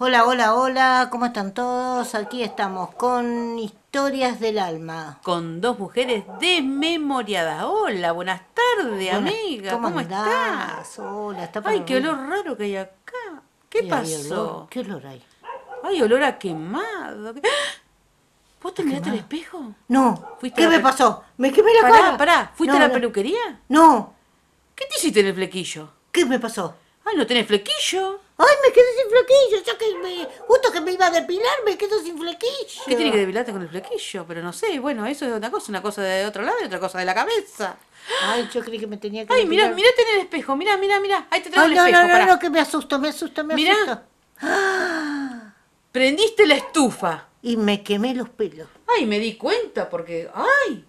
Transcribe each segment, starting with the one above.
Hola, hola, hola, ¿cómo están todos? Aquí estamos con Historias del Alma. Con dos mujeres desmemoriadas. Hola, buenas tardes, Buenas, amiga. ¿cómo ¿Cómo está? andás? Hola, está para Ay, qué olor arriba. raro que hay acá. ¿Qué Hay olor, pasó? ¿qué olor hay? Ay, olor a quemado. ¿Vos te ¿A miraste al quemado? espejo? No, ¿Fuiste a ¿qué la me pe... pasó? ¿Me quemé la Pará, cara? pará. ¿Fuiste a No, la no, peluquería? no, ¿Qué te hiciste en el flequillo? ¿qué me pasó? Ay, ¿no tenés flequillo? ¡Ay, me quedé sin flequillo! Justo que me iba a depilar, me quedo sin ¿Qué tiene que flequillo. depilarte con el flequillo? Pero no sé, bueno, eso es una cosa de otro lado y otra cosa de la cabeza. Ay, yo creí que me tenía que Ay, mirá, depilar. mirate en el espejo, mirá, mirá, mirá. Ahí te traigo Ay, el no, no, espejo, no, no, pará. que me asusto, me asusto, me Mirá, asusto. ¡Ah! prendiste la estufa. Y me quemé los pelos. Ay, me di cuenta porque... ¡Ay!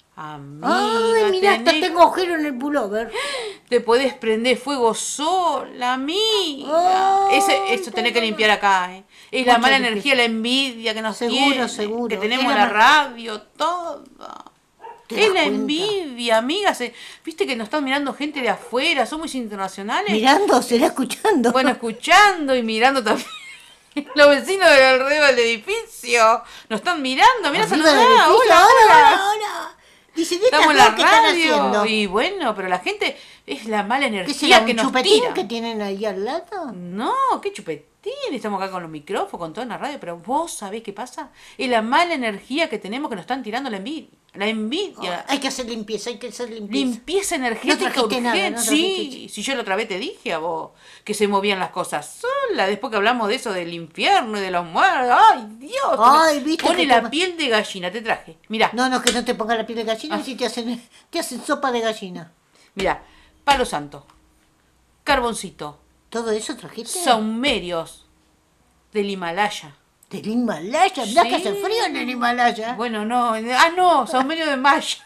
Ay, Amiga, mira, hasta tengo agujero en el pullover. te podés prender fuego sola, amiga. Ay, Eso tenés que no. limpiar acá, ¿eh? Es la Mucha mala limpieza. energía, la envidia que nos Seguro, tiene, que seguro. Es tenemos la la más... radio, todo. ¿Te Es das la cuenta? envidia, amiga. Viste que nos están mirando gente de afuera, somos internacionales. Mirando, será escuchando. Bueno, escuchando y mirando también. Los vecinos de alrededor del edificio nos están mirando. Mira, Arriba saludá. del edificio. Hola, Ahora, ahora, hola. ahora. Dicen, Estamos ¿estas en la dos qué están radio. haciendo? Y bueno, pero la gente es la mala ¿Qué será, energía que un nos chupetín tira. que tienen ahí al lado? No, qué chupetín. Estamos acá con los micrófonos, con todo en la radio. Pero vos sabés qué pasa. Es la mala energía que tenemos que nos están tirando la envidia. La Oh, envidia. hay que hacer limpieza, hay que hacer limpieza. Limpieza No energética trajiste nada, urgente. no trajiste... Sí, si yo la otra vez te dije a vos que se movían las cosas solas. Después que hablamos de eso del infierno y de los muertos. Ay, Dios. Ay, viste Pone que la piel de gallina, te traje. Mirá, No, no, que no te ponga la piel de gallina Ah. y si te hacen sopa de gallina. mirá. Palo santo. Carboncito. ¿Todo eso trajiste? Saumerios del Himalaya. Del Himalaya, mirá que hace Sí. frío en el Himalaya. Bueno, no. Ah, no, saumerio de Maya.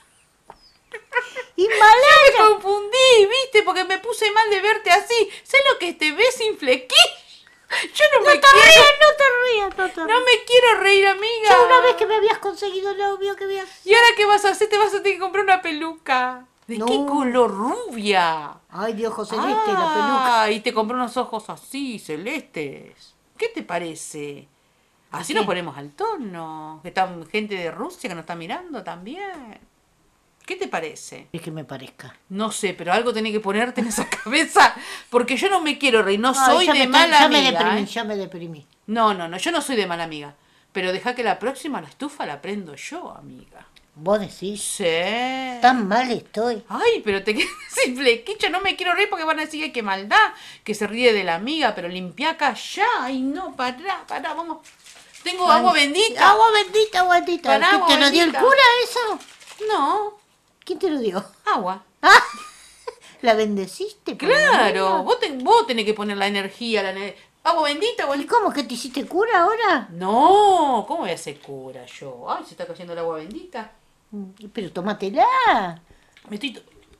Me ¡Himalaya! confundí, ¿viste? Porque me puse mal de verte así. ¿Sabes lo que te ves sin flequillo? Yo no me No te quiero. rías, no te rías, no te No rías. me quiero reír, amiga. Ya una vez que me habías conseguido lo obvio que habías... ¿Y ahora qué vas a hacer? Te vas a tener que comprar una peluca. ¿De No. qué color? Rubia. Ay, de ojo celeste, la peluca. Ah, y te compré unos ojos así, celestes. ¿Qué te parece? Así ¿Qué? nos ponemos al tono. Que está gente de Rusia que nos está mirando también. ¿Qué te parece? Es que me parezca. No sé, pero algo tenés que ponerte en esa cabeza. Porque yo no me quiero reír. No Ay, soy ya de me mala ya me amiga. deprimí, ¿eh? ya me deprimí. No, no, no. Yo no soy de mala amiga. Pero deja que la próxima la estufa la prendo yo, amiga. Vos decís, Sí. tan mal estoy. Ay, pero te quedas sin flequillo. No me quiero reír porque van a decir, ay, qué maldad. Que se ríe de la amiga, pero limpia acá ya. Ay, no, pará, vamos. Tengo Ay, agua bendita. Agua bendita, agua bendita. Pará, ¿Quién agua te lo dio el bendita. cura eso? No, ¿Quién te lo dio? agua. Ah, ¿la bendeciste? por la Claro, mía? vos tenés que poner la energía, agua bendita, agua ¿Y cómo que te hiciste cura ahora? No, ¿cómo voy a hacer cura yo? Ay, se está cayendo el agua bendita. Pero tómatela. Me estoy...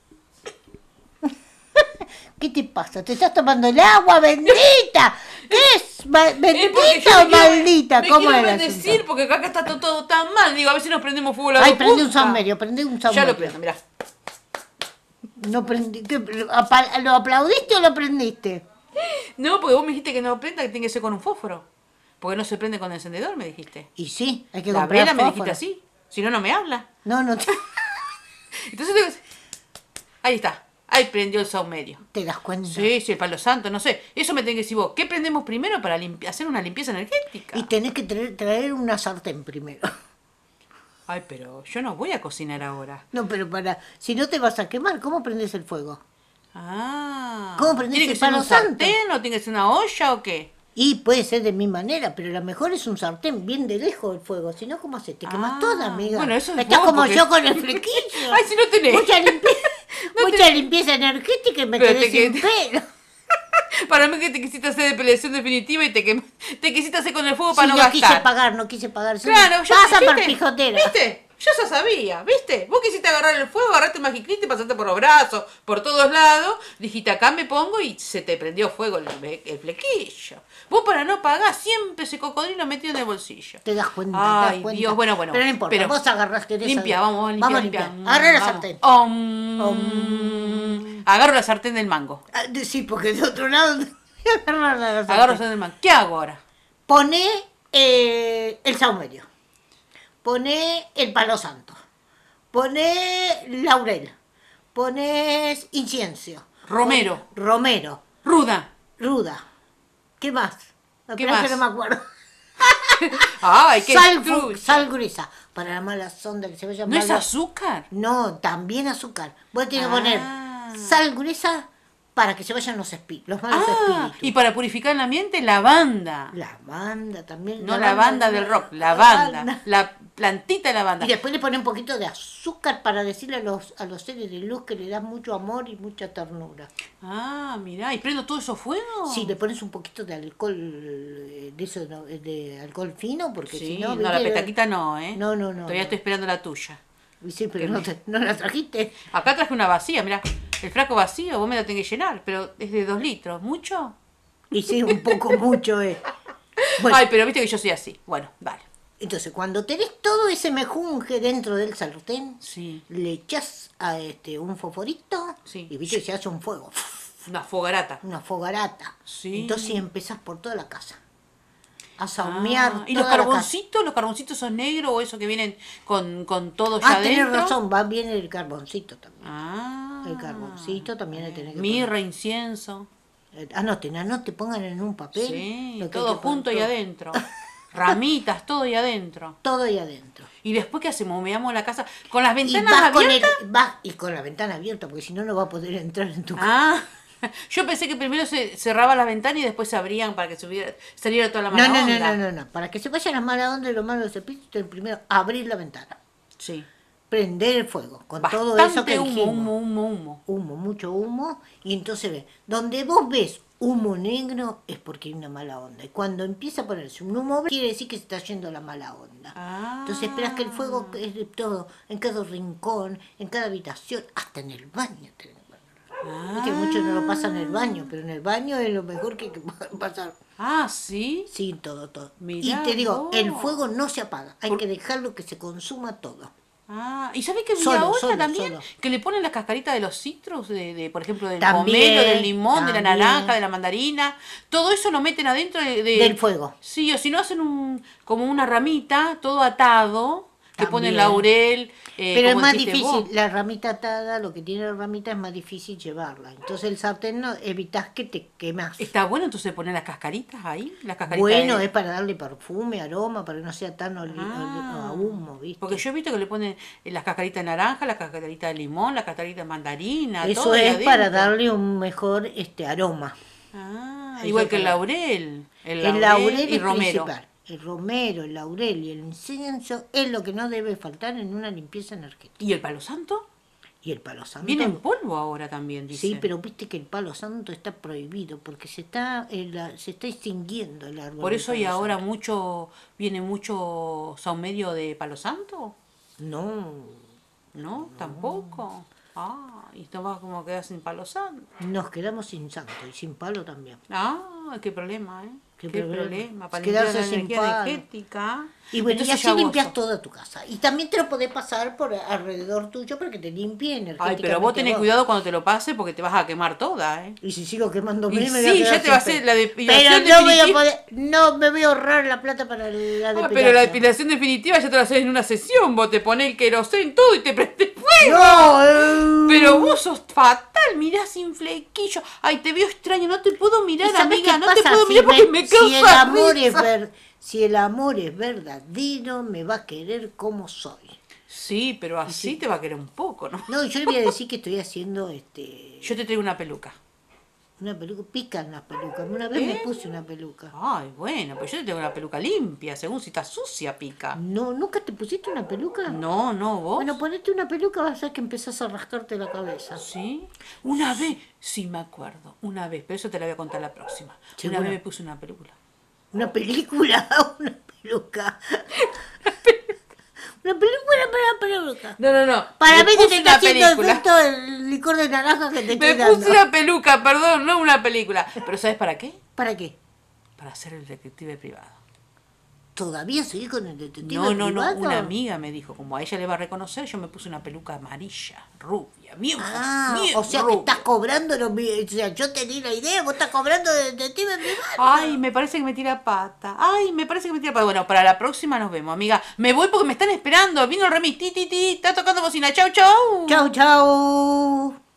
¿Qué te pasa? ¿Te estás tomando el agua bendita? ¿Qué es? porque yo ¿Bendita o me quiero- maldita? me ¿Cómo quiero es el bendecir asunto? porque acá está todo tan mal. Digo, a ver si nos prendemos fuego la Ay, dos prende un puntas. saumerio, prende un Ya saumerio. lo prendo, mirá. No prendí, ¿lo aplaudiste o lo prendiste? No, porque vos me dijiste que no prenda, que tiene que ser con un fósforo. Porque no se prende con encendedor, me dijiste. Y sí, hay que La comprar vela me fósforo. dijiste así. Si no, no me habla. No, no Entonces tengo que... Ahí está. Ahí prendió el saumerio. te das cuenta. Sí, sí, el palo santo, no sé. Eso me tenés que decir vos. ¿Qué prendemos primero para hacer una limpieza energética? Y tenés que traer una sartén primero. Ay, pero yo no voy a cocinar ahora. No, pero si no te vas a quemar, ¿cómo prendes el fuego? Ah. ¿Cómo prendés ¿Tiene que el ser palo un santo? sartén o tiene que ser una olla o qué? Y puede ser de mi manera, pero la mejor es un sartén bien de lejos del fuego. Si no, ¿cómo haces? Te quemas Ah, toda, amiga. bueno, eso es Estás vos, como porque- yo con el flequillo. Ay, si no tenés. Mucha limpieza, No mucha tenés. limpieza energética y me Pero quedé te sin quedé- pelo. Para mí que te quisiste hacer depilación definitiva y te quisiste hacer con el fuego Sí, para no no gastar. no quise pagar. Claro, yo Pasa por ¿viste? pijotera. ¿Viste? Yo ya sabía, ¿viste? Vos quisiste agarrar el fuego, agarraste Magicrist y pasaste por los brazos, por todos lados. Dijiste, acá me pongo y se te prendió fuego el flequillo. Vos para no pagar siempre ese cocodrilo metido en el bolsillo. Te das cuenta, te Ay, das cuenta. Dios, bueno. Pero no importa, vos agarrás que Limpia, vamos a limpiar. Agarra la Vamos. sartén. Agarro la sartén del mango. Sí, porque de otro lado agarrar la sartén. Agarro la sartén del mango. ¿Qué hago ahora? Poné el saumerio. Poné el palo santo. Poné laurel. Ponés incienso. Romero. Romero. Ruda. Ruda. ¿Qué más? ¿Qué Espera más? que no me acuerdo. Ay, qué Sal, trucha. sal gruesa. Para la mala sonda que se vaya ¿No es azúcar? No, también azúcar. Vos tenés que Ah. poner sal gruesa para que se vayan los malos espíritus. Y para purificar el ambiente, lavanda. Lavanda también. No la banda del rock, lavanda. La plantita de lavanda. Y después le ponen un poquito de azúcar para decirle a los seres de luz que le das mucho amor y mucha ternura. Ah, mirá, ¿y prendo todo eso fuego? Sí, le pones un poquito de alcohol, de eso, de alcohol fino, porque Sí, si no... no, la ¿viste? petaquita no, ¿eh? No. Todavía estoy esperando la tuya. Sí, pero no la trajiste. Acá traje una vacía, mirá. El frasco vacío, vos me lo tenés que llenar, pero es de 2 litros. ¿Mucho? Y sí, un poco mucho, Bueno, Ay, pero viste que yo soy así. Bueno, vale. entonces cuando tenés todo ese mejunje dentro del sartén, Sí. le echás a un fosforito Sí. y viste, se hace un fuego, Una fogarata. una fogarata. Sí. Entonces empezás por toda la casa a saumear ¿Y los toda la casa. carboncitos? ¿Los carboncitos son negros o eso que vienen con todo ya Ah, tenés adentro? razón, va bien el carboncito también. Ah. El carboncito también le tenés que Mirra, incienso. poner. Anoten, pongan en un papel. Sí, lo que todo hay que poner, junto y todo. adentro. Ramitas, todo ahí adentro. Todo ahí adentro. ¿Y después qué hacemos? ¿Meamos la casa con las Y ventanas vas con, abiertas? y con la ventana abierta, porque si no, no va a poder entrar en tu casa. Ah, yo pensé que primero se cerraba la ventana y después se abrían para que saliera toda la mala onda. No. Para que se vayan las malas ondas y los malos espíritus, primero abrir la ventana. Sí. Prender el fuego con Bastante todo eso que humo, dijimos. humo. Humo, mucho humo. Y entonces ve, donde vos ves humo negro es porque hay una mala onda. Y cuando empieza a ponerse un humo blanco, quiere decir que se está yendo la mala onda. Ah. Entonces esperas que el fuego es de todo, en cada rincón, en cada habitación, hasta en el baño. Viste que muchos no lo pasan en el baño, pero en el baño es lo mejor que puede pasar. Ah, ¿sí? Sí, todo. Mirá Y te digo, vos. el fuego no se apaga, hay que dejarlo que se consuma todo. Ah, ¿y sabés que vi Solo, ahora solo, también? solo. Que le ponen las cascaritas de los citros, por ejemplo, del También, pomelo, del limón, de la también. naranja, de la mandarina. Todo eso lo meten adentro Del fuego. Sí, o si no hacen como una ramita, todo atado, que ponen También. laurel. Pero es como más dijiste difícil, vos. la ramita atada, lo que tiene la ramita es más difícil llevarla. Entonces el sartén no, evitas que te quemas. Está bueno entonces poner las cascaritas ahí, las cascaritas Bueno, de- es para darle perfume, aroma, para que no sea tan a humo, ¿viste? Porque yo he visto que le ponen las cascaritas de naranja, las cascaritas de limón, las cascaritas de mandarina, Eso todo ahí es para adentro. darle un mejor aroma. Ah, Eso igual que el para- laurel. El laurel y es romero. principal. El romero, el laurel y el incienso es lo que no debe faltar en una limpieza energética. ¿Y el palo santo? Y el palo santo. Viene en polvo ahora también, dice. Sí, pero viste que el palo santo está prohibido porque se está extinguiendo el árbol. Por del eso y palo ahora santo. viene mucho saumerio de palo santo. No, ¿No? ¿Tampoco? Ah, y esto va como quedar sin palo santo. nos quedamos sin santo y sin palo también. Ah, qué problema, ¿eh? Qué Qué problema. problema. Para Quedarse limpiar la sin energía palo. energética. Y bueno, y Entonces así ya limpias gozo. toda tu casa. Y también te lo podés pasar por alrededor tuyo para que te limpie energéticamente. Ay, pero vos tenés vos. cuidado cuando te lo pases porque te vas a quemar toda, ¿eh? Y si sigo quemándome, Y me voy sí, a quedar ya te va a sin hacer pelo. la depilación Pero no voy a definitiva. poder, no me voy a ahorrar la plata para la depilación. Pero la depilación definitiva ya te la haces en una sesión. Vos te ponés el querosén todo y te prendes fuego. No, Pero vos sos fatal, mirá sin flequillo. Ay, te veo extraño, no te puedo mirar, ¿Y sabés amiga, qué no te pasa? puedo mirar porque me Si el causa amor risa. si el amor es verdadero, me va a querer como soy. Sí, pero así te va a querer un poco, ¿no? No, yo le voy a decir que estoy haciendo Yo te traigo una peluca. una peluca, pican las pelucas. Una vez me ¿Eh? puse una peluca. Ay, bueno, pues yo te tengo una peluca limpia, según si está sucia, pica. No, ¿nunca te pusiste una peluca? No, no, vos. Bueno, ponete una peluca, vas a ver que empezás a rascarte la cabeza. ¿Sí? Una vez, sí me acuerdo, una vez, pero eso te la voy a contar la próxima. ¿Segura? Una vez me puse una película. ¿Una película? Una peluca. Una peluca. No. Para me mí que puse te una está haciendo película. efecto el licor de naranja que te Me estoy dando. puse una peluca, perdón, no una película. Pero ¿sabes para qué? ¿Para qué? Para ser el detective privado. ¿Todavía seguís con el detective No, privado? una amiga me dijo, como a ella le va a reconocer, yo me puse una peluca amarilla, rubia, bien, Ah, bien o sea que rubia. estás cobrando, o sea, yo tenía la idea, vos estás cobrando de detective privado. Ay, me parece que me tira pata. Ay, me parece que me tira pata. Bueno, para la próxima nos vemos, amiga. Me voy porque me están esperando. Vino el remis. Ti, ti, ti. Está tocando bocina. Chau, chau. Chau, chau.